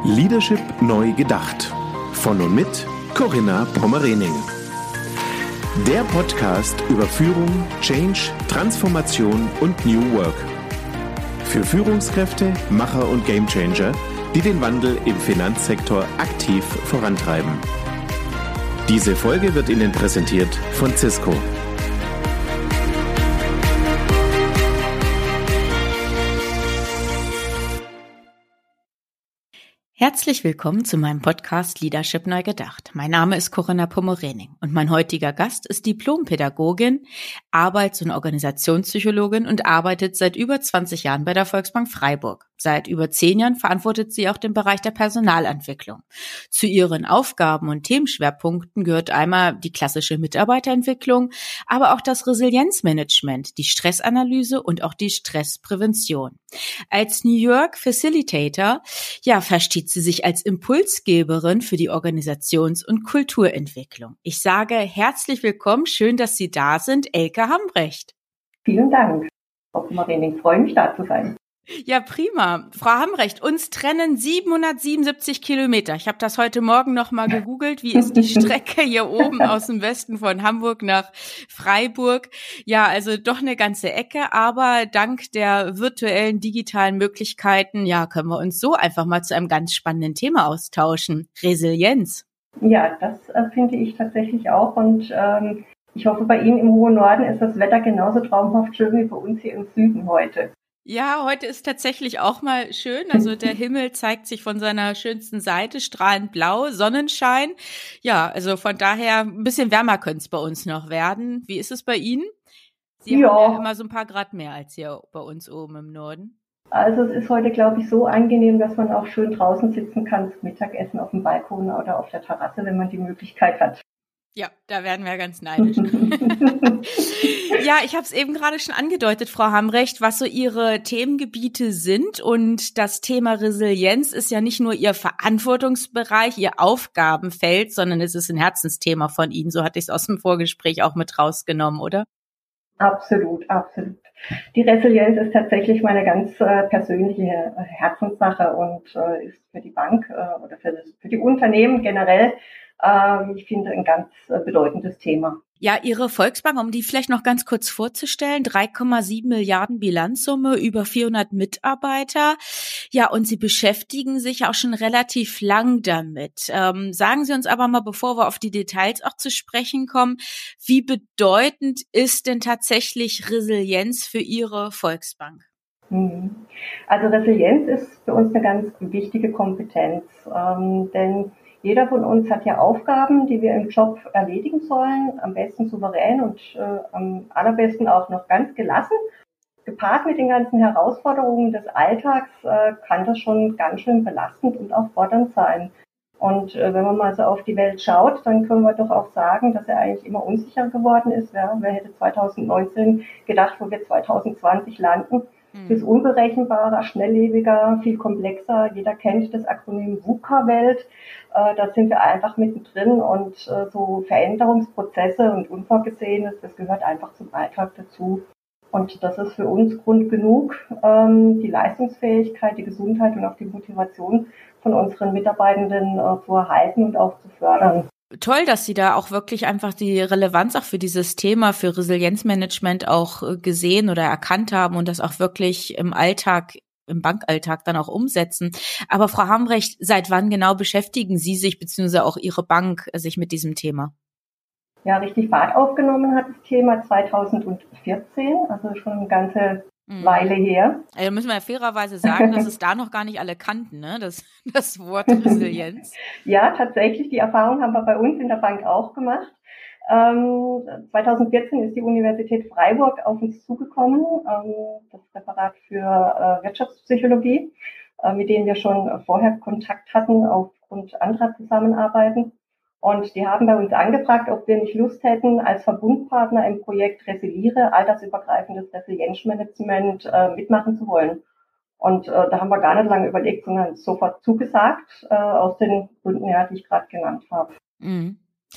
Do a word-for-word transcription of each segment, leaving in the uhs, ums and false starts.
Leadership neu gedacht. Von und mit Corinna Pommerening. Der Podcast über Führung, Change, Transformation und New Work. Für Führungskräfte, Macher und Gamechanger, die den Wandel im Finanzsektor aktiv vorantreiben. Diese Folge wird Ihnen präsentiert von Cisco. Herzlich willkommen zu meinem Podcast Leadership neu gedacht. Mein Name ist Corinna Pommerening und mein heutiger Gast ist Diplompädagogin, Arbeits- und Organisationspsychologin und arbeitet seit über zwanzig Jahren bei der Volksbank Freiburg. Seit über zehn Jahren verantwortet sie auch den Bereich der Personalentwicklung. Zu ihren Aufgaben und Themenschwerpunkten gehört einmal die klassische Mitarbeiterentwicklung, aber auch das Resilienzmanagement, die Stressanalyse und auch die Stressprävention. Als New York Facilitator, ja, versteht sie sich als Impulsgeberin für die Organisations- und Kulturentwicklung. Ich sage herzlich willkommen, schön, dass Sie da sind, Elke Hambrecht. Vielen Dank, Frau Pommerening, ich freue mich, da zu sein. Ja, prima. Frau Hambrecht, uns trennen siebenhundertsiebenundsiebzig Kilometer. Ich habe das heute Morgen noch mal gegoogelt. Wie ist die Strecke hier oben aus dem Westen von Hamburg nach Freiburg? Ja, also doch eine ganze Ecke, aber dank der virtuellen, digitalen Möglichkeiten, ja, können wir uns so einfach mal zu einem ganz spannenden Thema austauschen. Resilienz. Ja, das äh, finde ich tatsächlich auch und ähm, ich hoffe, bei Ihnen im hohen Norden ist das Wetter genauso traumhaft schön wie bei uns hier im Süden heute. Ja, heute ist tatsächlich auch mal schön. Also der Himmel zeigt sich von seiner schönsten Seite, strahlend blau, Sonnenschein. Ja, also von daher ein bisschen wärmer könnte es bei uns noch werden. Wie ist es bei Ihnen? Sie ja. haben ja immer so ein paar Grad mehr als hier bei uns oben im Norden. Also es ist heute, glaube ich, so angenehm, dass man auch schön draußen sitzen kann zum Mittagessen auf dem Balkon oder auf der Terrasse, wenn man die Möglichkeit hat. Ja, da werden wir ganz neidisch. Ja, ich habe es eben gerade schon angedeutet, Frau Hambrecht, was so Ihre Themengebiete sind. Und das Thema Resilienz ist ja nicht nur Ihr Verantwortungsbereich, Ihr Aufgabenfeld, sondern es ist ein Herzensthema von Ihnen. So hatte ich es aus dem Vorgespräch auch mit rausgenommen, oder? Absolut, absolut. Die Resilienz ist tatsächlich meine ganz äh, persönliche äh, Herzenssache und äh, ist für die Bank äh, oder für, das, für die Unternehmen generell, äh, ich finde, ein ganz äh, bedeutendes Thema. Ja, Ihre Volksbank, um die vielleicht noch ganz kurz vorzustellen, drei Komma sieben Milliarden Bilanzsumme, über vierhundert Mitarbeiter. Ja, und Sie beschäftigen sich auch schon relativ lang damit. Ähm, sagen Sie uns aber mal, bevor wir auf die Details auch zu sprechen kommen, wie bedeutend ist denn tatsächlich Resilienz für Ihre Volksbank? Also Resilienz ist für uns eine ganz wichtige Kompetenz, ähm, denn jeder von uns hat ja Aufgaben, die wir im Job erledigen sollen, am besten souverän und äh, am allerbesten auch noch ganz gelassen. Gepaart mit den ganzen Herausforderungen des Alltags äh, kann das schon ganz schön belastend und auch fordernd sein. Und äh, wenn man mal so auf die Welt schaut, dann können wir doch auch sagen, dass er eigentlich immer unsicher geworden ist. Ja? Wer hätte zwanzig neunzehn gedacht, wo wir zwanzig zwanzig landen? Es ist unberechenbarer, schnelllebiger, viel komplexer. Jeder kennt das Akronym VUCA-Welt. Äh, da sind wir einfach mittendrin und äh, so Veränderungsprozesse und Unvorgesehenes, das gehört einfach zum Alltag dazu. Und das ist für uns Grund genug, ähm, die Leistungsfähigkeit, die Gesundheit und auch die Motivation von unseren Mitarbeitenden äh, zu erhalten und auch zu fördern. Toll, dass Sie da auch wirklich einfach die Relevanz auch für dieses Thema, für Resilienzmanagement auch gesehen oder erkannt haben und das auch wirklich im Alltag, im Bankalltag dann auch umsetzen. Aber Frau Hambrecht, seit wann genau beschäftigen Sie sich beziehungsweise auch Ihre Bank sich mit diesem Thema? Ja, richtig Fahrt aufgenommen hat das Thema zweitausendvierzehn, also schon eine ganze Weile her. Also müssen wir ja fairerweise sagen, dass es da noch gar nicht alle kannten, ne? Das, das Wort Resilienz. Ja, tatsächlich. Die Erfahrung haben wir bei uns in der Bank auch gemacht. Ähm, zweitausendvierzehn ist die Universität Freiburg auf uns zugekommen, ähm, das Referat für äh, Wirtschaftspsychologie, äh, mit denen wir schon vorher Kontakt hatten aufgrund anderer Zusammenarbeiten. Und die haben bei uns angefragt, ob wir nicht Lust hätten, als Verbundpartner im Projekt Resiliere, altersübergreifendes Resilienzmanagement, äh, mitmachen zu wollen. Und äh, da haben wir gar nicht lange überlegt, sondern sofort zugesagt, äh, aus den Gründen her, die ich gerade genannt habe. Mhm.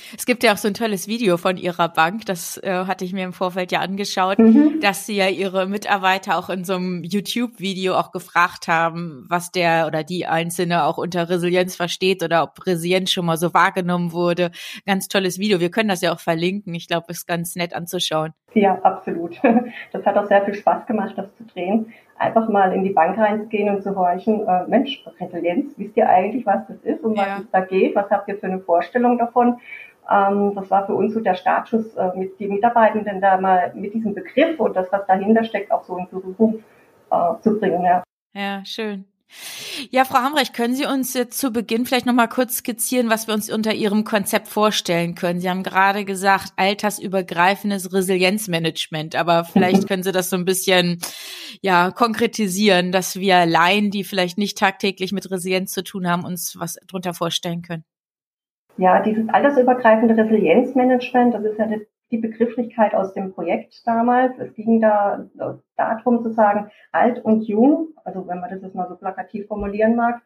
Es gibt ja auch so ein tolles Video von Ihrer Bank, das äh, hatte ich mir im Vorfeld ja angeschaut, Mhm. dass Sie ja Ihre Mitarbeiter auch in so einem YouTube-Video auch gefragt haben, was der oder die Einzelne auch unter Resilienz versteht oder ob Resilienz schon mal so wahrgenommen wurde. Ganz tolles Video. Wir können das ja auch verlinken. Ich glaube, es ist ganz nett anzuschauen. Ja, absolut. Das hat auch sehr viel Spaß gemacht, das zu drehen. Einfach mal in die Bank reinzugehen und zu horchen, äh, Mensch, Resilienz, wisst ihr eigentlich, was das ist und was Ja. es da geht? Was habt ihr für eine Vorstellung davon? Ähm, das war für uns so der Startschuss, äh, mit die Mitarbeitenden da mal mit diesem Begriff und das, was dahinter steckt, auch so in Berührung äh, zu bringen. Ja. Ja, schön. Ja, Frau Hamrecht, können Sie uns jetzt zu Beginn vielleicht noch mal kurz skizzieren, was wir uns unter Ihrem Konzept vorstellen können? Sie haben gerade gesagt, altersübergreifendes Resilienzmanagement, aber vielleicht können Sie das so ein bisschen, ja, konkretisieren, dass wir Laien, die vielleicht nicht tagtäglich mit Resilienz zu tun haben, uns was drunter vorstellen können. Ja, dieses altersübergreifende Resilienzmanagement, das ist ja die, die Begrifflichkeit aus dem Projekt damals. Es ging da darum zu sagen, alt und jung, also wenn man das jetzt mal so plakativ formulieren mag,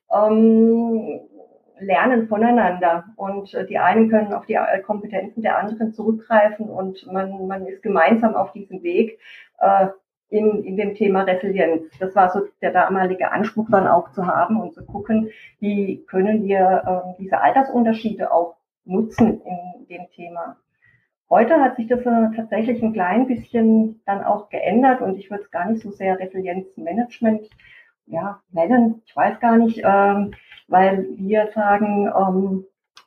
ähm, lernen voneinander. Und die einen können auf die Kompetenzen der anderen zurückgreifen und man, man ist gemeinsam auf diesem Weg, äh, in, in dem Thema Resilienz. Das war so der damalige Anspruch dann auch zu haben und zu gucken, wie können wir äh, diese Altersunterschiede auch nutzen in dem Thema. Heute hat sich das äh, tatsächlich ein klein bisschen dann auch geändert und ich würde es gar nicht so sehr Resilienzmanagement ja, nennen, ich weiß gar nicht, ähm, weil wir sagen, ähm,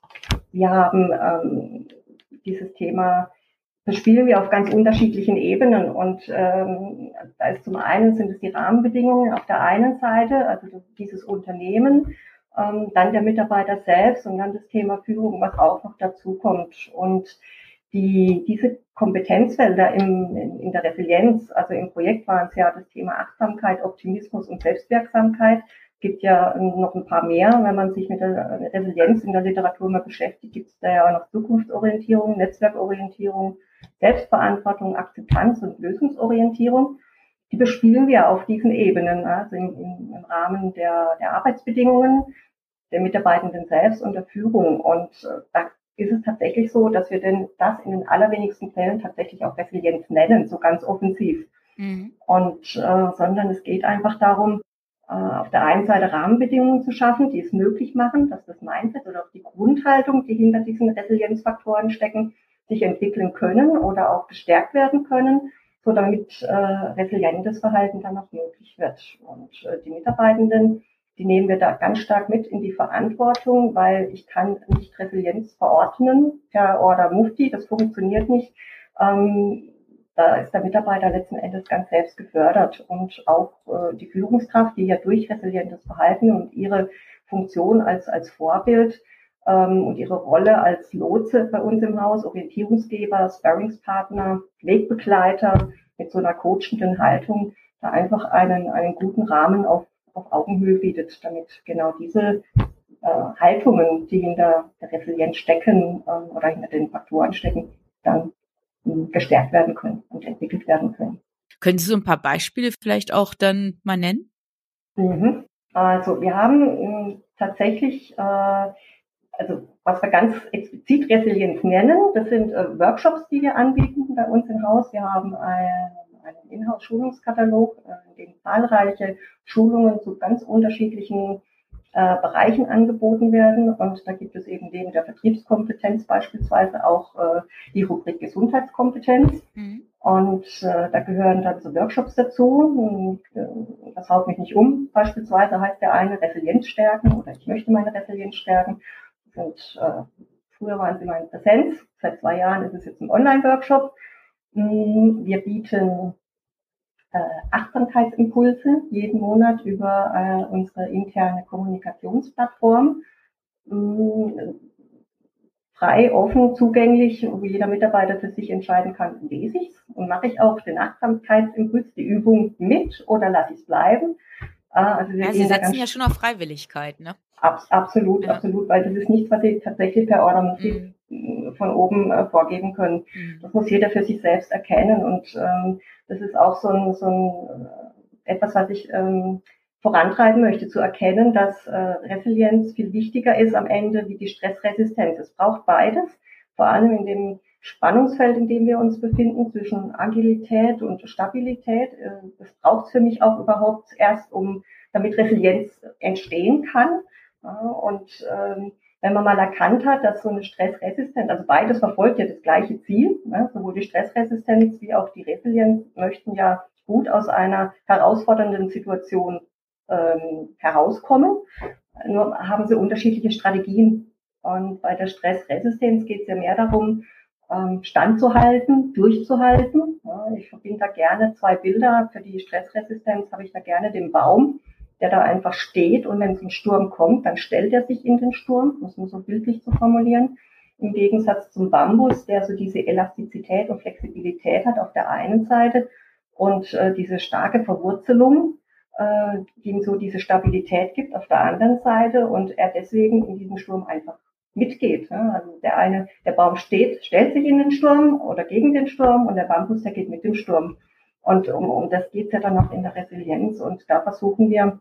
wir haben ähm, dieses Thema bespielen wir auf ganz unterschiedlichen Ebenen und ähm, da ist zum einen sind es die Rahmenbedingungen auf der einen Seite, also dieses Unternehmen, ähm, dann der Mitarbeiter selbst und dann das Thema Führung, was auch noch dazu kommt. Und die diese Kompetenzfelder im, in, in der Resilienz, also im Projekt waren es ja das Thema Achtsamkeit, Optimismus und Selbstwirksamkeit. Es gibt ja noch ein paar mehr, wenn man sich mit der Resilienz in der Literatur mal beschäftigt, gibt es da ja auch noch Zukunftsorientierung, Netzwerkorientierung, Selbstverantwortung, Akzeptanz und Lösungsorientierung. Die bespielen wir auf diesen Ebenen, also im, im, im Rahmen der, der Arbeitsbedingungen, der Mitarbeitenden selbst und der Führung. Und äh, da ist es tatsächlich so, dass wir denn das in den allerwenigsten Fällen tatsächlich auch Resilienz nennen, so ganz offensiv. Mhm. Und äh, sondern es geht einfach darum, äh, auf der einen Seite Rahmenbedingungen zu schaffen, die es möglich machen, dass das Mindset oder auch die Grundhaltung, die hinter diesen Resilienzfaktoren stecken, sich entwickeln können oder auch gestärkt werden können, so damit äh, resilientes Verhalten dann auch möglich wird. Und äh, die Mitarbeitenden, die nehmen wir da ganz stark mit in die Verantwortung, weil ich kann nicht Resilienz verordnen per Order Mufti, das funktioniert nicht. Ähm, da ist der Mitarbeiter letzten Endes ganz selbst gefördert und auch äh, die Führungskraft, die ja durch resilientes Verhalten und ihre Funktion als als Vorbild ähm, und ihre Rolle als Lotse bei uns im Haus, Orientierungsgeber, Sparringspartner, Wegbegleiter mit so einer coachenden Haltung, da einfach einen einen guten Rahmen auf auf Augenhöhe bietet, damit genau diese äh, Haltungen, die hinter der Resilienz stecken ähm, oder hinter den Faktoren stecken, dann ähm, gestärkt werden können und entwickelt werden können. Können Sie so ein paar Beispiele vielleicht auch dann mal nennen? Mhm. Also wir haben ähm, tatsächlich, äh, also was wir ganz explizit Resilienz nennen, das sind äh, Workshops, die wir anbieten bei uns im Haus. Wir haben ein einen Inhouse-Schulungskatalog, in dem zahlreiche Schulungen zu ganz unterschiedlichen äh, Bereichen angeboten werden. Und da gibt es eben neben der Vertriebskompetenz beispielsweise auch äh, die Rubrik Gesundheitskompetenz. Mhm. Und äh, da gehören dann so Workshops dazu. Und, äh, das haut mich nicht um. Beispielsweise heißt der eine Resilienz stärken oder ich möchte meine Resilienz stärken. Und, äh, früher waren sie mal in Präsenz. Seit zwei Jahren ist es jetzt ein Online-Workshop. Wir bieten äh, Achtsamkeitsimpulse jeden Monat über äh, unsere interne Kommunikationsplattform. Äh, frei, offen, zugänglich, wo jeder Mitarbeiter für sich entscheiden kann, lese ich es und mache ich auch den Achtsamkeitsimpuls, die Übung mit oder lasse ich es bleiben. Äh, also wir ja, Sie setzen ja schon auf Freiwilligkeit, ne? Ab, absolut, ja. absolut, weil das ist nichts, was Sie tatsächlich per Order Mufti mm. von oben äh, vorgeben können. Mm. Das muss jeder für sich selbst erkennen und ähm, das ist auch so ein, so ein äh, etwas, was ich ähm, vorantreiben möchte, zu erkennen, dass äh, Resilienz viel wichtiger ist am Ende wie die Stressresistenz. Es braucht beides. vor allem in dem Spannungsfeld, in dem wir uns befinden, zwischen Agilität und Stabilität. Das braucht es für mich auch überhaupt erst, um damit Resilienz entstehen kann. Und ähm, wenn man mal erkannt hat, dass so eine Stressresistenz, also beides verfolgt ja das gleiche Ziel, ne? Sowohl die Stressresistenz wie auch die Resilienz möchten ja gut aus einer herausfordernden Situation ähm, herauskommen, nur haben sie unterschiedliche Strategien. Und bei der Stressresistenz geht es ja mehr darum, ähm, standzuhalten, durchzuhalten. Ja, ich verbinde da gerne zwei Bilder. Für die Stressresistenz habe ich da gerne den Baum, der da einfach steht, und wenn es ein Sturm kommt, dann stellt er sich in den Sturm, muss man so bildlich zu formulieren. Im Gegensatz zum Bambus, der so diese Elastizität und Flexibilität hat auf der einen Seite und äh, diese starke Verwurzelung, äh, die ihm so diese Stabilität gibt auf der anderen Seite, und er deswegen in diesem Sturm einfach mitgeht. Ja. Also der eine, der Baum steht, stellt sich in den Sturm oder gegen den Sturm, und der Bambus, der geht mit dem Sturm. Und um, um das geht's ja dann noch in der Resilienz, und da versuchen wir,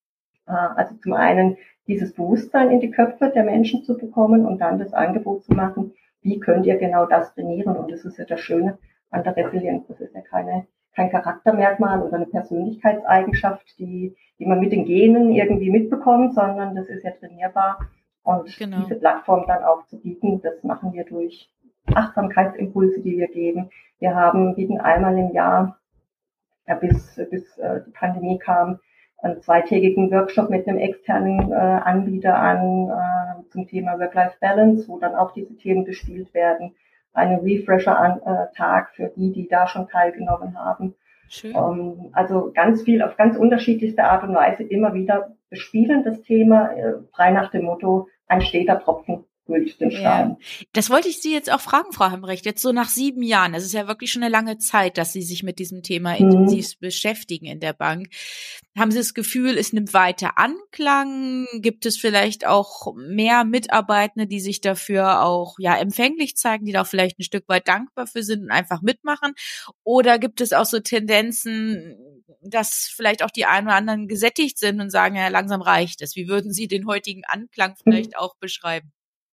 also zum einen dieses Bewusstsein in die Köpfe der Menschen zu bekommen und dann das Angebot zu machen, wie könnt ihr genau das trainieren. Und das ist ja das Schöne an der Resilienz. Das ist ja keine, kein Charaktermerkmal oder eine Persönlichkeitseigenschaft, die, die man mit den Genen irgendwie mitbekommt, sondern das ist ja trainierbar. Und genau. Diese Plattform dann auch zu bieten, das machen wir durch Achtsamkeitsimpulse, die wir geben. Wir haben, bieten einmal im Jahr, ja, bis, bis äh, die Pandemie kam, einen zweitägigen Workshop mit einem externen äh, Anbieter an äh, zum Thema Work-Life-Balance, wo dann auch diese Themen bespielt werden. Einen Refresher-Tag für die, die da schon teilgenommen haben. Schön. Um, also ganz viel, auf ganz unterschiedlichste Art und Weise immer wieder bespielen das Thema, äh, frei nach dem Motto, ein steter Tropfen füllt den Stein. Ja. Das wollte ich Sie jetzt auch fragen, Frau Hambrecht, jetzt so nach sieben Jahren, das ist ja wirklich schon eine lange Zeit, dass Sie sich mit diesem Thema intensiv hm. beschäftigen in der Bank. Haben Sie das Gefühl, es nimmt weiter Anklang? Gibt es vielleicht auch mehr Mitarbeitende, die sich dafür auch ja empfänglich zeigen, die da auch vielleicht ein Stück weit dankbar für sind und einfach mitmachen? Oder gibt es auch so Tendenzen, dass vielleicht auch die einen oder anderen gesättigt sind und sagen, ja, langsam reicht es? Wie würden Sie den heutigen Anklang vielleicht auch beschreiben?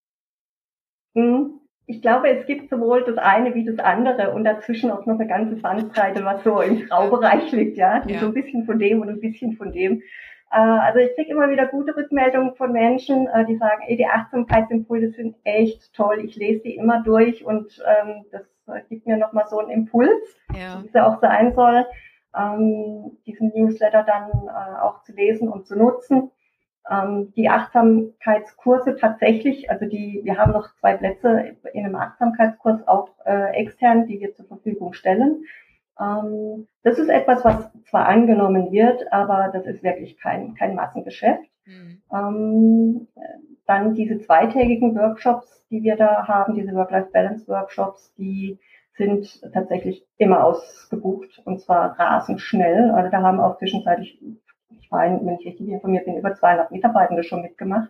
Ich glaube, es gibt sowohl das eine wie das andere und dazwischen auch noch eine ganze Bandbreite, was so im Graubereich liegt, ja, die ja. so ein bisschen von dem und ein bisschen von dem. Also ich kriege immer wieder gute Rückmeldungen von Menschen, die sagen, ey, die Achtsamkeitsimpulse sind echt toll, ich lese die immer durch und ähm, das gibt mir nochmal so einen Impuls, ja. wie es ja auch sein soll, ähm, diesen Newsletter dann äh, auch zu lesen und zu nutzen. Ähm, die Achtsamkeitskurse tatsächlich, also die, wir haben noch zwei Plätze in einem Achtsamkeitskurs auch äh, extern, die wir zur Verfügung stellen. Ähm, das ist etwas, was zwar angenommen wird, aber das ist wirklich kein kein Massengeschäft. Mhm. Ähm, dann diese zweitägigen Workshops, die wir da haben, diese Work-Life-Balance-Workshops, die sind tatsächlich immer ausgebucht und zwar rasend schnell. Also da haben auch zwischenzeitlich, ich meine, wenn ich richtig informiert bin, über zweihundert Mitarbeitende schon mitgemacht.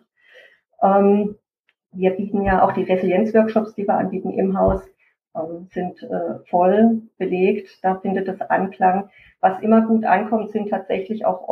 Ähm, wir bieten ja auch die Resilienz-Workshops, die wir anbieten im Haus, ähm, sind äh, voll belegt. Da findet es Anklang. Was immer gut ankommt, sind tatsächlich auch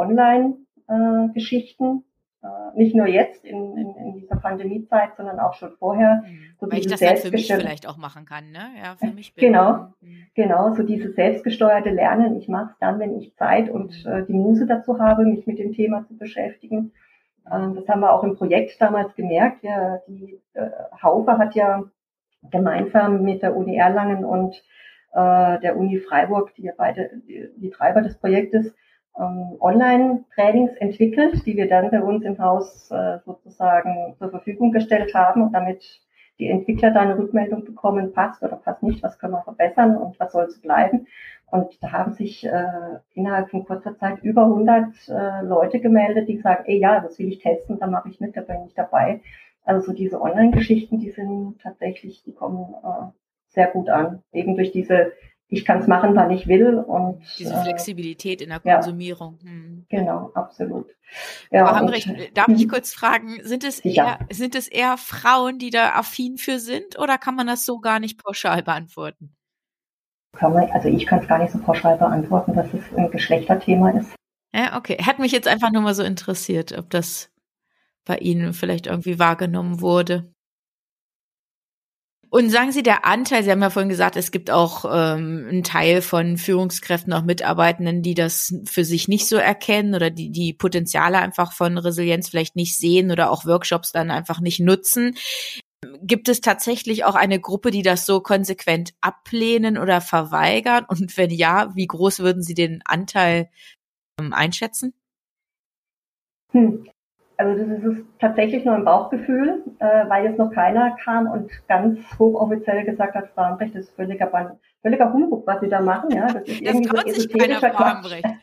Online-Geschichten. Äh, nicht nur jetzt in, in, in dieser Pandemiezeit, sondern auch schon vorher. Mhm. So Weil ich das dann für mich vielleicht auch machen kann, ne? Ja, für mich. Genau, mhm. genau, so dieses selbstgesteuerte Lernen. Ich mache es dann, wenn ich Zeit und äh, die Muße dazu habe, mich mit dem Thema zu beschäftigen. Ähm, das haben wir auch im Projekt damals gemerkt. Ja, die äh, Haufe hat ja gemeinsam mit der Uni Erlangen und äh, der Uni Freiburg, die ja beide die, die Treiber des Projektes, ähm, Online-Trainings entwickelt, die wir dann bei uns im Haus äh, sozusagen zur Verfügung gestellt haben, und damit die Entwickler dann eine Rückmeldung bekommen, passt oder passt nicht, was können wir verbessern und was soll zu bleiben. Und da haben sich äh, innerhalb von kurzer Zeit über hundert äh, Leute gemeldet, die sagen, ey, ja, das will ich testen, dann mache ich mit, da bin ich dabei. Also so diese Online-Geschichten, die sind tatsächlich, die kommen äh, sehr gut an. Eben durch diese, ich kann es machen, wann ich will. Und diese Flexibilität äh, in der Konsumierung. Ja, hm. Genau, absolut. Ja, Frau Hambrecht, darf ich kurz fragen, sind es eher, sind es eher Frauen, die da affin für sind, oder kann man das so gar nicht pauschal beantworten? Kann man, also ich kann es gar nicht so pauschal beantworten, dass es ein Geschlechterthema ist. Ja, okay. Hat mich jetzt einfach nur mal so interessiert, ob das bei Ihnen vielleicht irgendwie wahrgenommen wurde. Und sagen Sie, der Anteil, Sie haben ja vorhin gesagt, es gibt auch ähm, einen Teil von Führungskräften, auch Mitarbeitenden, die das für sich nicht so erkennen oder die die Potenziale einfach von Resilienz vielleicht nicht sehen oder auch Workshops dann einfach nicht nutzen. Gibt es tatsächlich auch eine Gruppe, die das so konsequent ablehnen oder verweigern? Und wenn ja, wie groß würden Sie den Anteil ähm, einschätzen? Hm. Also das ist es tatsächlich nur ein Bauchgefühl, äh, weil jetzt noch keiner kam und ganz hochoffiziell gesagt hat, Frauenrecht ist völliger, Ban- völliger Humbug, was Sie da machen. Ja, das ist Das irgendwie so traut sich keiner, esoterischer Frau Quatsch. Ambrecht.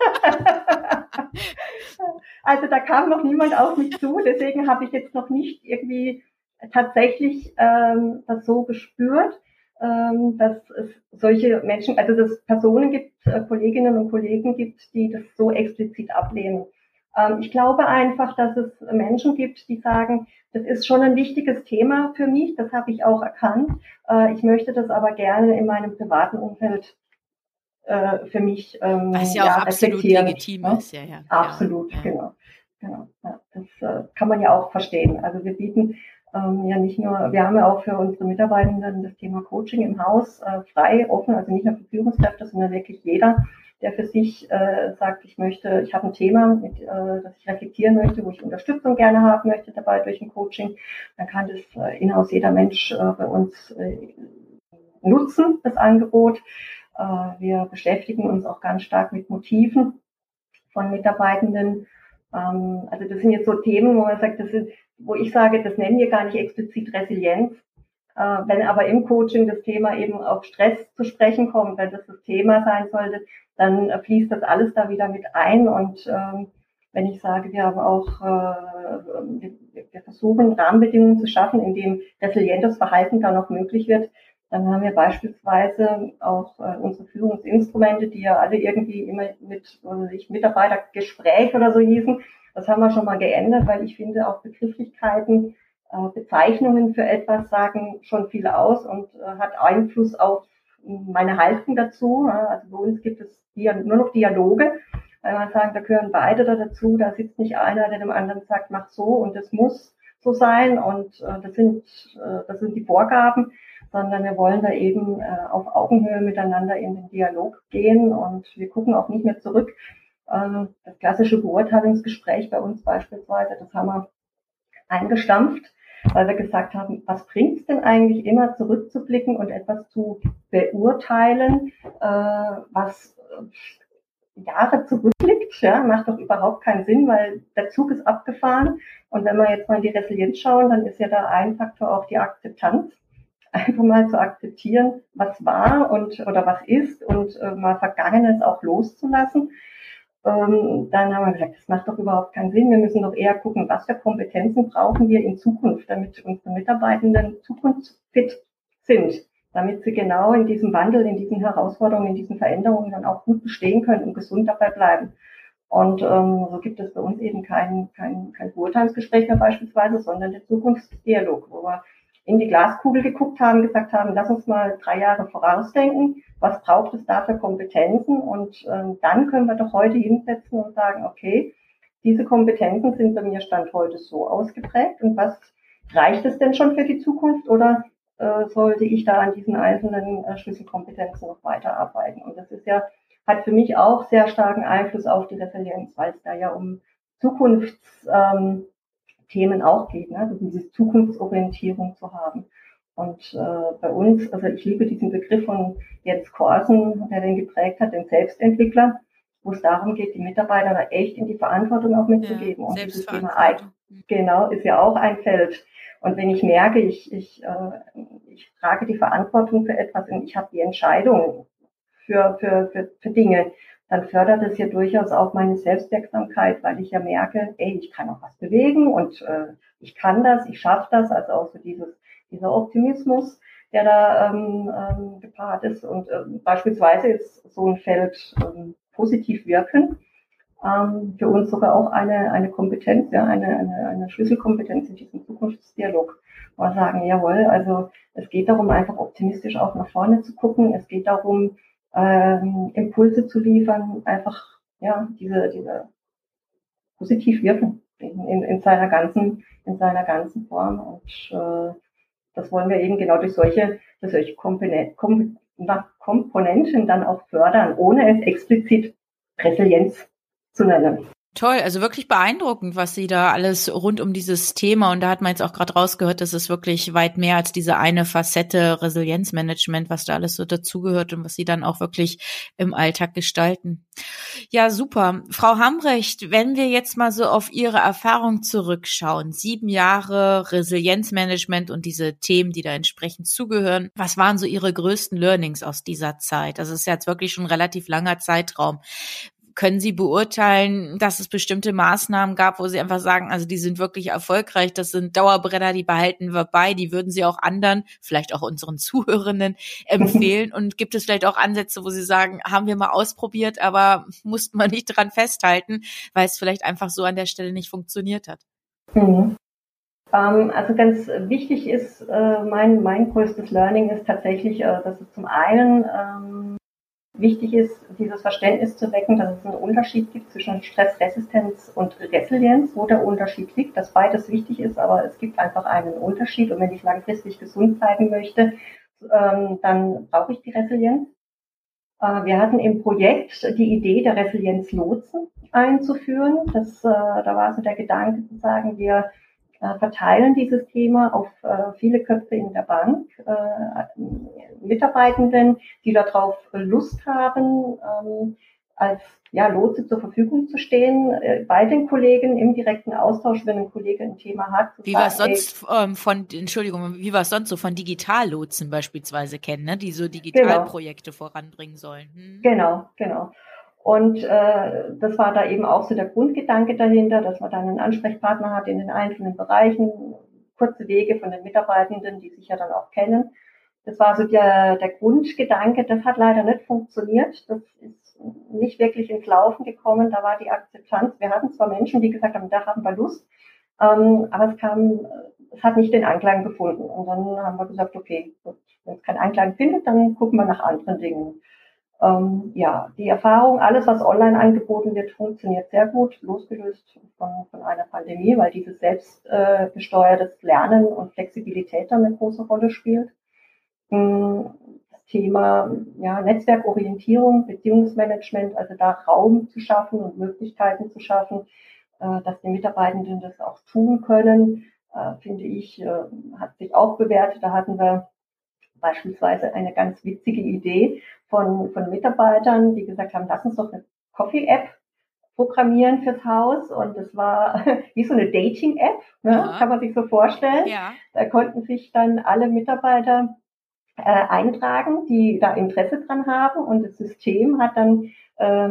Also da kam noch niemand auf mich zu, deswegen habe ich jetzt noch nicht irgendwie tatsächlich ähm, das so gespürt, ähm, dass es solche Menschen, also dass es Personen gibt, äh, Kolleginnen und Kollegen gibt, die das so explizit ablehnen. Ähm, ich glaube einfach, dass es Menschen gibt, die sagen, das ist schon ein wichtiges Thema für mich, das habe ich auch erkannt. Äh, ich möchte das aber gerne in meinem privaten Umfeld äh, für mich ähm, Was ja ja, auch absolut reflektieren. legitim Ne? ist, ja, ja. Absolut, ja, ja. genau. genau. Ja, das äh, kann man ja auch verstehen. Also wir bieten ähm, ja nicht nur, wir haben ja auch für unsere Mitarbeitenden das Thema Coaching im Haus äh, frei, offen, also nicht nur für Führungskräfte, sondern wirklich jeder, der für sich äh, sagt, ich möchte, ich habe ein Thema, mit, äh, das ich reflektieren möchte, wo ich Unterstützung gerne haben möchte dabei durch ein Coaching, dann kann das äh, in-house jeder Mensch äh, bei uns äh, nutzen, das Angebot. Wir beschäftigen uns auch ganz stark mit Motiven von Mitarbeitenden. Also das sind jetzt so Themen, wo man sagt, das sind, wo ich sage, das nennen wir gar nicht explizit Resilienz. Wenn aber im Coaching das Thema eben auf Stress zu sprechen kommt, wenn das das Thema sein sollte, dann fließt das alles da wieder mit ein. Und wenn ich sage, wir haben auch, wir versuchen Rahmenbedingungen zu schaffen, in denen resilientes Verhalten dann auch möglich wird, dann haben wir beispielsweise auch äh, unsere Führungsinstrumente, die ja alle irgendwie immer mit, also ich, Mitarbeitergespräch oder so hießen. Das haben wir schon mal geändert, weil ich finde, auch Begrifflichkeiten, äh, Bezeichnungen für etwas sagen schon viel aus und äh, hat Einfluss auf meine Haltung dazu. Also bei uns gibt es nur noch Dialoge, weil man sagen, da gehören beide da dazu. Da sitzt nicht einer, der dem anderen sagt, mach so und das muss so sein und äh, das sind, äh, das sind die Vorgaben, sondern wir wollen da eben äh, auf Augenhöhe miteinander in den Dialog gehen und wir gucken auch nicht mehr zurück. Ähm, das klassische Beurteilungsgespräch bei uns beispielsweise, das haben wir eingestampft, weil wir gesagt haben, was bringt es denn eigentlich immer zurückzublicken und etwas zu beurteilen, äh, was äh, Jahre zurückliegt, ja, macht doch überhaupt keinen Sinn, weil der Zug ist abgefahren und wenn wir jetzt mal in die Resilienz schauen, dann ist ja da ein Faktor auch die Akzeptanz. Einfach mal zu akzeptieren, was war und oder was ist und äh, mal Vergangenes auch loszulassen. Ähm, dann haben wir gesagt, das macht doch überhaupt keinen Sinn. Wir müssen doch eher gucken, was für Kompetenzen brauchen wir in Zukunft, damit unsere Mitarbeitenden zukunftsfit sind, damit sie genau in diesem Wandel, in diesen Herausforderungen, in diesen Veränderungen dann auch gut bestehen können und gesund dabei bleiben. Und ähm, so gibt es bei uns eben kein, kein, kein Beurteilungsgespräch mehr beispielsweise, sondern den Zukunftsdialog, wo wir in die Glaskugel geguckt haben, gesagt haben, lass uns mal drei Jahre vorausdenken, was braucht es da für Kompetenzen und ähm, dann können wir doch heute hinsetzen und sagen, okay, diese Kompetenzen sind bei mir Stand heute so ausgeprägt und was reicht es denn schon für die Zukunft oder äh, sollte ich da an diesen einzelnen äh, Schlüsselkompetenzen noch weiterarbeiten? Und das ist ja, hat für mich auch sehr starken Einfluss auf die Resilienz, weil es da ja um Zukunfts ähm, Themen auch geht, ne? Also diese Zukunftsorientierung zu haben. Und äh, bei uns, also ich liebe diesen Begriff von Jens Korsen, der den geprägt hat, den Selbstentwickler, wo es darum geht, die Mitarbeiter da echt in die Verantwortung auch mitzugeben. Ja, und dieses Thema genau ist ja auch ein Feld. Und wenn ich merke, ich, ich, äh, ich trage die Verantwortung für etwas und ich habe die Entscheidung für, für, für, für Dinge, dann fördert es ja durchaus auch meine Selbstwirksamkeit, weil ich ja merke, ey, ich kann auch was bewegen und äh, ich kann das, ich schaffe das, also auch so dieses, dieser Optimismus, der da ähm, ähm, gepaart ist und ähm, beispielsweise ist so ein Feld ähm, positiv wirken, ähm, für uns sogar auch eine, eine Kompetenz, ja, eine, eine, eine Schlüsselkompetenz in diesem Zukunftsdialog. Wo wir sagen, jawohl, also es geht darum, einfach optimistisch auch nach vorne zu gucken, es geht darum, Ähm, Impulse zu liefern, einfach ja diese diese positiv wirken in, in, in seiner ganzen in seiner ganzen Form und äh, das wollen wir eben genau durch solche, durch solche Komponenten, Kom, Komponenten dann auch fördern, ohne es explizit Resilienz zu nennen. Toll, also wirklich beeindruckend, was Sie da alles rund um dieses Thema, und da hat man jetzt auch gerade rausgehört, dass es wirklich weit mehr als diese eine Facette Resilienzmanagement, was da alles so dazugehört und was Sie dann auch wirklich im Alltag gestalten. Ja, super. Frau Hambrecht, wenn wir jetzt mal so auf Ihre Erfahrung zurückschauen, sieben Jahre Resilienzmanagement und diese Themen, die da entsprechend zugehören, was waren so Ihre größten Learnings aus dieser Zeit? Also es ist jetzt wirklich schon ein relativ langer Zeitraum. Können Sie beurteilen, dass es bestimmte Maßnahmen gab, wo Sie einfach sagen, also die sind wirklich erfolgreich, das sind Dauerbrenner, die behalten wir bei, die würden Sie auch anderen, vielleicht auch unseren Zuhörenden empfehlen? Und gibt es vielleicht auch Ansätze, wo Sie sagen, haben wir mal ausprobiert, aber mussten wir nicht dran festhalten, weil es vielleicht einfach so an der Stelle nicht funktioniert hat? Mhm. Ähm, also ganz wichtig ist, äh, mein, mein größtes Learning ist tatsächlich, äh, dass es zum einen ähm, wichtig ist, dieses Verständnis zu wecken, dass es einen Unterschied gibt zwischen Stressresistenz und Resilienz, wo der Unterschied liegt, dass beides wichtig ist, aber es gibt einfach einen Unterschied. Und wenn ich langfristig gesund bleiben möchte, ähm, dann brauche ich die Resilienz. Äh, wir hatten im Projekt die Idee der Resilienzlotsen einzuführen. Das, äh, da war so der Gedanke zu sagen, wir äh, verteilen dieses Thema auf äh, viele Köpfe in der Bank, äh, Mitarbeitenden, die darauf Lust haben, ähm, als ja, Lotse zur Verfügung zu stehen, äh, bei den Kollegen im direkten Austausch, wenn ein Kollege ein Thema hat. Wie wir es sonst ähm, von, Entschuldigung, wie wir es sonst so von Digitallotsen beispielsweise kennen, ne? Die so Digitalprojekte genau. voranbringen sollen. Hm. Genau, genau. Und äh, das war da eben auch so der Grundgedanke dahinter, dass man dann einen Ansprechpartner hat in den einzelnen Bereichen, kurze Wege von den Mitarbeitenden, die sich ja dann auch kennen. Das war so der, der Grundgedanke. Das hat leider nicht funktioniert. Das ist nicht wirklich ins Laufen gekommen. Da war die Akzeptanz. Wir hatten zwar Menschen, die gesagt haben, da haben wir Lust, ähm, aber es kam, es hat nicht den Anklang gefunden. Und dann haben wir gesagt, okay, gut, wenn es keinen Anklang findet, dann gucken wir nach anderen Dingen. Ähm, ja, die Erfahrung, alles, was online angeboten wird, funktioniert sehr gut, losgelöst von, von einer Pandemie, weil dieses selbstgesteuertes äh, Lernen und Flexibilität dann eine große Rolle spielt. Das Thema ja, Netzwerkorientierung, Beziehungsmanagement, also da Raum zu schaffen und Möglichkeiten zu schaffen, äh, dass die Mitarbeitenden das auch tun können, äh, finde ich, äh, hat sich auch bewährt. Da hatten wir beispielsweise eine ganz witzige Idee von, von Mitarbeitern, die gesagt haben, lass uns doch eine Coffee-App programmieren fürs Haus. Und das war wie so eine Dating-App, ne? Kann man sich so vorstellen. Ja. Da konnten sich dann alle Mitarbeiter äh, eintragen, die da Interesse dran haben. Und das System hat dann äh,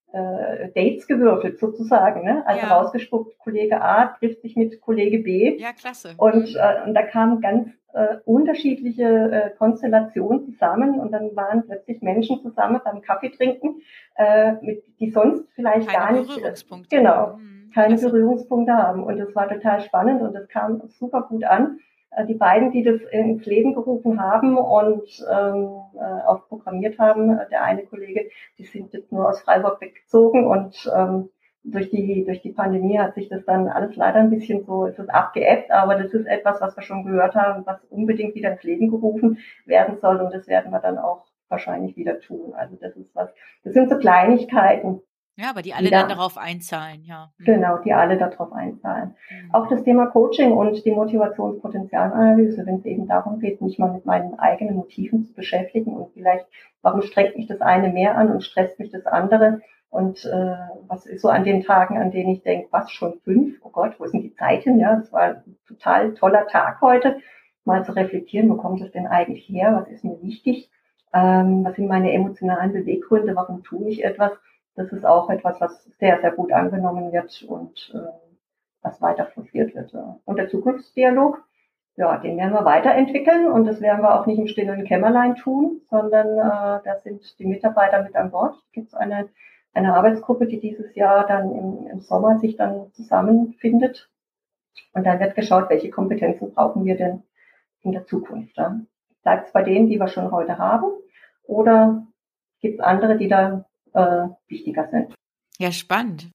äh, Dates gewürfelt sozusagen. Ne? Also ja. rausgespuckt, Kollege A trifft sich mit Kollege B. Ja, klasse. Und, äh, und da kamen ganz äh, unterschiedliche äh, Konstellationen zusammen und dann waren plötzlich Menschen zusammen beim Kaffee trinken, äh, mit, die sonst vielleicht keine gar nicht Berührungspunkte. Genau, mhm. keine Klasse. Berührungspunkte haben. Und das war total spannend und das kam super gut an. Äh, die beiden, die das ins Leben gerufen haben und ähm, äh, auch programmiert haben, äh, der eine Kollege, die sind jetzt nur aus Freiburg weggezogen und ähm, durch die, durch die Pandemie hat sich das dann alles leider ein bisschen so, ist es abgeebbt, aber das ist etwas, was wir schon gehört haben, was unbedingt wieder ins Leben gerufen werden soll und das werden wir dann auch wahrscheinlich wieder tun. Also das ist was, das sind so Kleinigkeiten. Ja, aber die alle die dann da, darauf einzahlen, ja. Mhm. Genau, die alle darauf einzahlen. Mhm. Auch das Thema Coaching und die Motivationspotenzialanalyse, wenn es eben darum geht, mich mal mit meinen eigenen Motiven zu beschäftigen und vielleicht, warum strengt mich das eine mehr an und stresst mich das andere? Und äh, was ist so an den Tagen, an denen ich denke, was, schon fünf? Oh Gott, wo sind die Zeiten? Ja, das war ein total toller Tag heute. Mal zu reflektieren, wo kommt das denn eigentlich her? Was ist mir wichtig? Ähm, was sind meine emotionalen Beweggründe? Warum tue ich etwas? Das ist auch etwas, was sehr, sehr gut angenommen wird und äh, was weiter forciert wird. Ja. Und der Zukunftsdialog, ja, den werden wir weiterentwickeln und das werden wir auch nicht im stillen Kämmerlein tun, sondern äh, da sind die Mitarbeiter mit an Bord. Es gibt eine eine Arbeitsgruppe, die dieses Jahr dann im, im Sommer sich dann zusammenfindet. Und dann wird geschaut, welche Kompetenzen brauchen wir denn in der Zukunft. Ja? Bleibt es bei denen, die wir schon heute haben, oder gibt es andere, die da äh, wichtiger sind? Ja, spannend.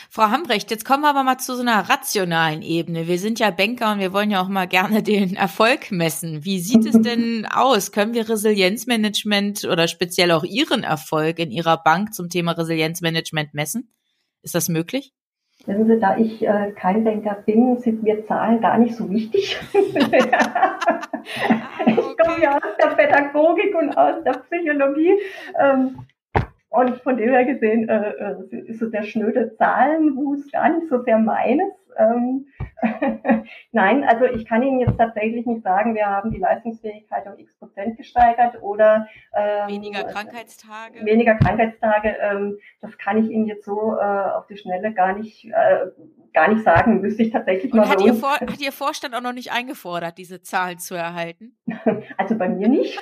Frau Hambrecht, jetzt kommen wir aber mal zu so einer rationalen Ebene. Wir sind ja Banker und wir wollen ja auch mal gerne den Erfolg messen. Wie sieht es denn aus? Können wir Resilienzmanagement oder speziell auch Ihren Erfolg in Ihrer Bank zum Thema Resilienzmanagement messen? Ist das möglich? Wissen Sie, da ich äh, kein Banker bin, sind mir Zahlen gar nicht so wichtig. Ich komme ja aus der Pädagogik und aus der Psychologie. Ähm, und von dem her gesehen äh, ist so der schnöde Zahlenwust gar nicht so sehr meines. Ähm, Nein, also ich kann Ihnen jetzt tatsächlich nicht sagen, wir haben die Leistungsfähigkeit um x Prozent gesteigert oder ähm, weniger Krankheitstage. Weniger Krankheitstage. Ähm, das kann ich Ihnen jetzt so äh, auf die Schnelle gar nicht äh, gar nicht sagen. Müsste ich tatsächlich Und mal. Hat Ihr, Vor- hat Ihr Vorstand auch noch nicht eingefordert, diese Zahlen zu erhalten? Also bei mir nicht.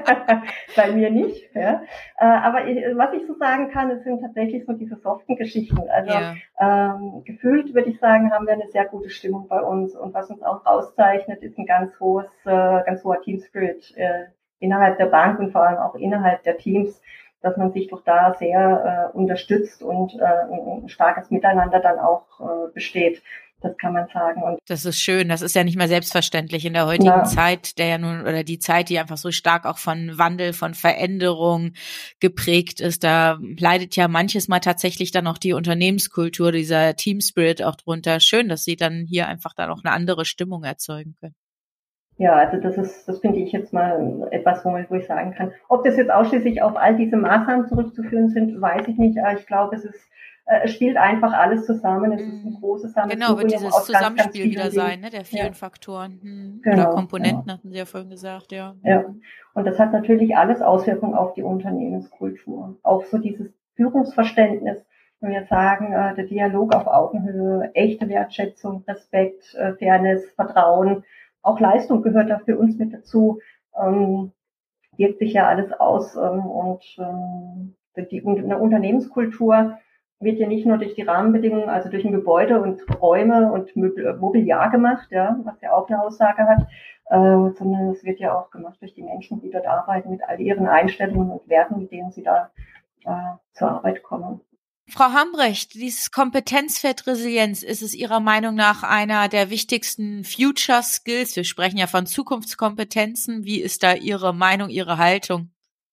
Bei mir nicht. Ja. Äh, aber ich, was ich so sagen kann, es sind tatsächlich so diese soften Geschichten. Also ja. ähm, gefühlt würde ich sagen, haben wir eine sehr gute Stimmung bei uns. Und was uns auch auszeichnet, ist ein ganz hohes, äh, ganz hoher Team-Spirit äh, innerhalb der Bank und vor allem auch innerhalb der Teams, dass man sich doch da sehr äh, unterstützt und äh, ein starkes Miteinander dann auch äh, besteht. Das kann man sagen. Und das ist schön. Das ist ja nicht mehr selbstverständlich in der heutigen ja. Zeit, der ja nun, oder die Zeit, die einfach so stark auch von Wandel, von Veränderung geprägt ist. Da leidet ja manches Mal tatsächlich dann auch die Unternehmenskultur, dieser Team Spirit auch drunter. Schön, dass Sie dann hier einfach dann auch eine andere Stimmung erzeugen können. Ja, also das ist, das finde ich jetzt mal etwas, wo, man, wo ich sagen kann. Ob das jetzt ausschließlich auf all diese Maßnahmen zurückzuführen sind, weiß ich nicht. Aber ich glaube, es ist, es spielt einfach alles zusammen. Es ist ein großes Genau, wird dieses aus Zusammenspiel ganz, ganz wieder sein, ne, der vielen ja. Faktoren hm. genau, oder Komponenten, genau. hatten Sie ja vorhin gesagt, ja. Ja, und das hat natürlich alles Auswirkungen auf die Unternehmenskultur. Auch so dieses Führungsverständnis, wenn wir sagen, äh, der Dialog auf Augenhöhe, echte Wertschätzung, Respekt, äh, Fairness, Vertrauen, auch Leistung gehört da für uns mit dazu, ähm, wirkt sich ja alles aus ähm, und ähm, die, eine Unternehmenskultur wird ja nicht nur durch die Rahmenbedingungen, also durch ein Gebäude und Räume und Möbel, Mobiliar gemacht, ja, was ja auch eine Aussage hat, äh, sondern es wird ja auch gemacht durch die Menschen, die dort arbeiten, mit all ihren Einstellungen und Werten, mit denen sie da äh, zur Arbeit kommen. Frau Hambrecht, dieses Kompetenzfeld Resilienz, ist es Ihrer Meinung nach einer der wichtigsten Future Skills? Wir sprechen ja von Zukunftskompetenzen. Wie ist da Ihre Meinung, Ihre Haltung?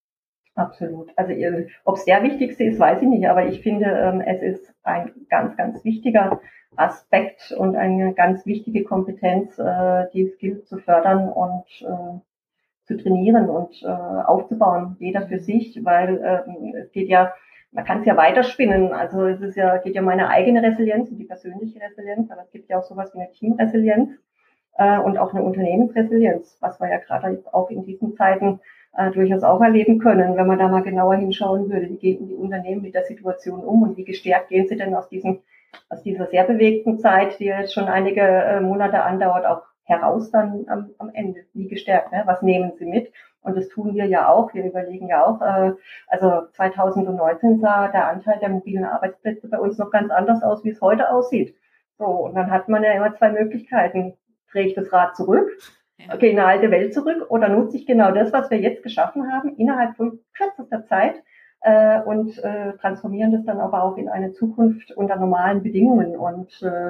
Absolut. Also ob es der wichtigste ist, weiß ich nicht, aber ich finde, ähm, es ist ein ganz, ganz wichtiger Aspekt und eine ganz wichtige Kompetenz, äh, die Skills zu fördern und äh, zu trainieren und äh, aufzubauen, jeder für sich, weil äh, es geht ja, man kann es ja weiterspinnen, also es ist ja, geht ja um meine eigene Resilienz und die persönliche Resilienz, aber es gibt ja auch sowas wie eine Teamresilienz äh, und auch eine Unternehmensresilienz, was wir ja gerade jetzt auch in diesen Zeiten äh, durchaus auch erleben können, wenn man da mal genauer hinschauen würde, wie gehen die Unternehmen mit der Situation um und wie gestärkt gehen sie denn aus diesem, aus dieser sehr bewegten Zeit, die jetzt schon einige äh, Monate andauert, auch heraus dann am, am Ende, wie gestärkt, ne? Was nehmen sie mit? Und das tun wir ja auch, wir überlegen ja auch, äh, also zweitausendneunzehn sah der Anteil der mobilen Arbeitsplätze bei uns noch ganz anders aus, wie es heute aussieht. So, und dann hat man ja immer zwei Möglichkeiten. Drehe ich das Rad zurück, ja. Gehe in eine alte Welt zurück oder nutze ich genau das, was wir jetzt geschaffen haben, innerhalb von kürzester Zeit äh, und äh, transformieren das dann aber auch in eine Zukunft unter normalen Bedingungen. Und äh,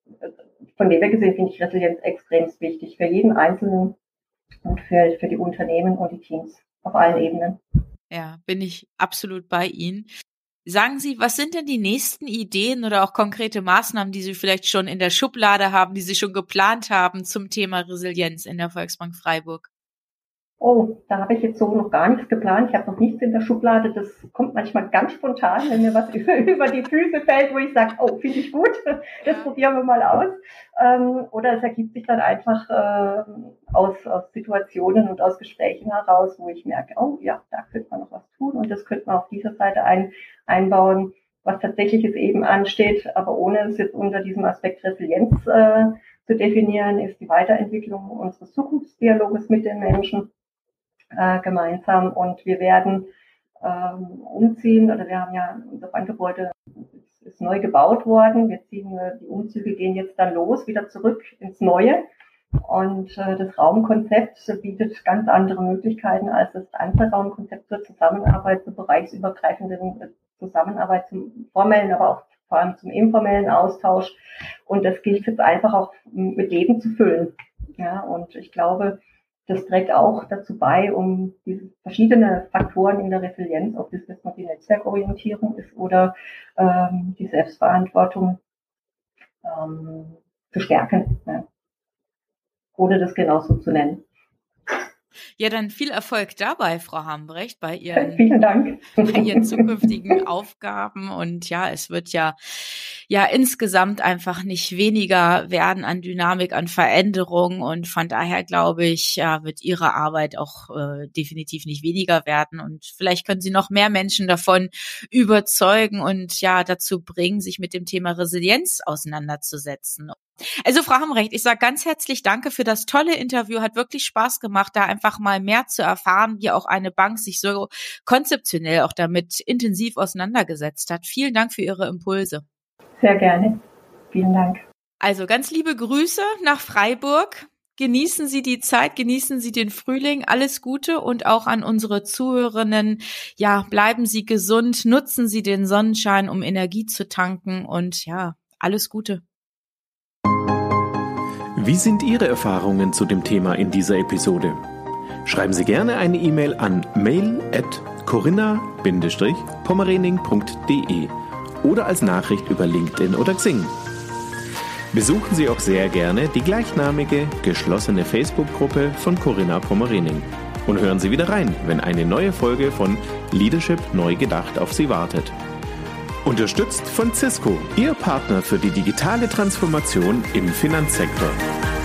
von dem her gesehen finde ich Resilienz extrem wichtig für jeden Einzelnen und für, für die Unternehmen und die Teams auf allen Ebenen. Ja, bin ich absolut bei Ihnen. Sagen Sie, was sind denn die nächsten Ideen oder auch konkrete Maßnahmen, die Sie vielleicht schon in der Schublade haben, die Sie schon geplant haben zum Thema Resilienz in der Volksbank Freiburg? Oh, da habe ich jetzt so noch gar nichts geplant. Ich habe noch nichts in der Schublade. Das kommt manchmal ganz spontan, wenn mir was über, über die Füße fällt, wo ich sage, oh, finde ich gut, das ja. probieren wir mal aus. Ähm, oder es ergibt sich dann einfach äh, aus, aus Situationen und aus Gesprächen heraus, wo ich merke, oh ja, da könnte man noch was tun und das könnte man auf dieser Seite ein, einbauen, was tatsächlich jetzt eben ansteht, aber ohne es jetzt unter diesem Aspekt Resilienz äh, zu definieren, ist die Weiterentwicklung unseres Zukunftsdialoges mit den Menschen. Äh, gemeinsam und wir werden ähm, umziehen oder wir haben ja unser Bankgebäude ist, ist neu gebaut worden. Wir ziehen, die Umzüge gehen jetzt dann los, wieder zurück ins Neue und äh, das Raumkonzept bietet ganz andere Möglichkeiten als das andere Raumkonzept zur Zusammenarbeit, zur bereichsübergreifenden Zusammenarbeit, zum formellen, aber auch vor allem zum informellen Austausch. Und das gilt jetzt einfach auch mit Leben zu füllen. Ja, und ich glaube, das trägt auch dazu bei, um diese verschiedene Faktoren in der Resilienz, ob das jetzt noch die Netzwerkorientierung ist oder ähm, die Selbstverantwortung, ähm, zu stärken. Ja. Ohne das genauso zu nennen. Ja, dann viel Erfolg dabei, Frau Hambrecht, bei Ihren, Vielen Dank. bei Ihren zukünftigen Aufgaben. Und ja, es wird ja, ja insgesamt einfach nicht weniger werden an Dynamik, an Veränderung. Und von daher glaube ich, ja, wird Ihre Arbeit auch äh, definitiv nicht weniger werden. Und vielleicht können Sie noch mehr Menschen davon überzeugen und ja dazu bringen, sich mit dem Thema Resilienz auseinanderzusetzen. Also Frau Hambrecht, ich sage ganz herzlich Danke für das tolle Interview. Hat wirklich Spaß gemacht, da einfach mal mehr zu erfahren, wie auch eine Bank sich so konzeptionell auch damit intensiv auseinandergesetzt hat. Vielen Dank für Ihre Impulse. Sehr gerne. Vielen Dank. Also ganz liebe Grüße nach Freiburg. Genießen Sie die Zeit, genießen Sie den Frühling. Alles Gute und auch an unsere Zuhörerinnen. Ja, bleiben Sie gesund, nutzen Sie den Sonnenschein, um Energie zu tanken und ja, alles Gute. Wie sind Ihre Erfahrungen zu dem Thema in dieser Episode? Schreiben Sie gerne eine E-Mail an mail at corinna Bindestrich pommerening punkt de oder als Nachricht über LinkedIn oder Xing. Besuchen Sie auch sehr gerne die gleichnamige, geschlossene Facebook-Gruppe von Corinna Pommerening und hören Sie wieder rein, wenn eine neue Folge von Leadership neu gedacht auf Sie wartet. Unterstützt von Cisco, Ihr Partner für die digitale Transformation im Finanzsektor.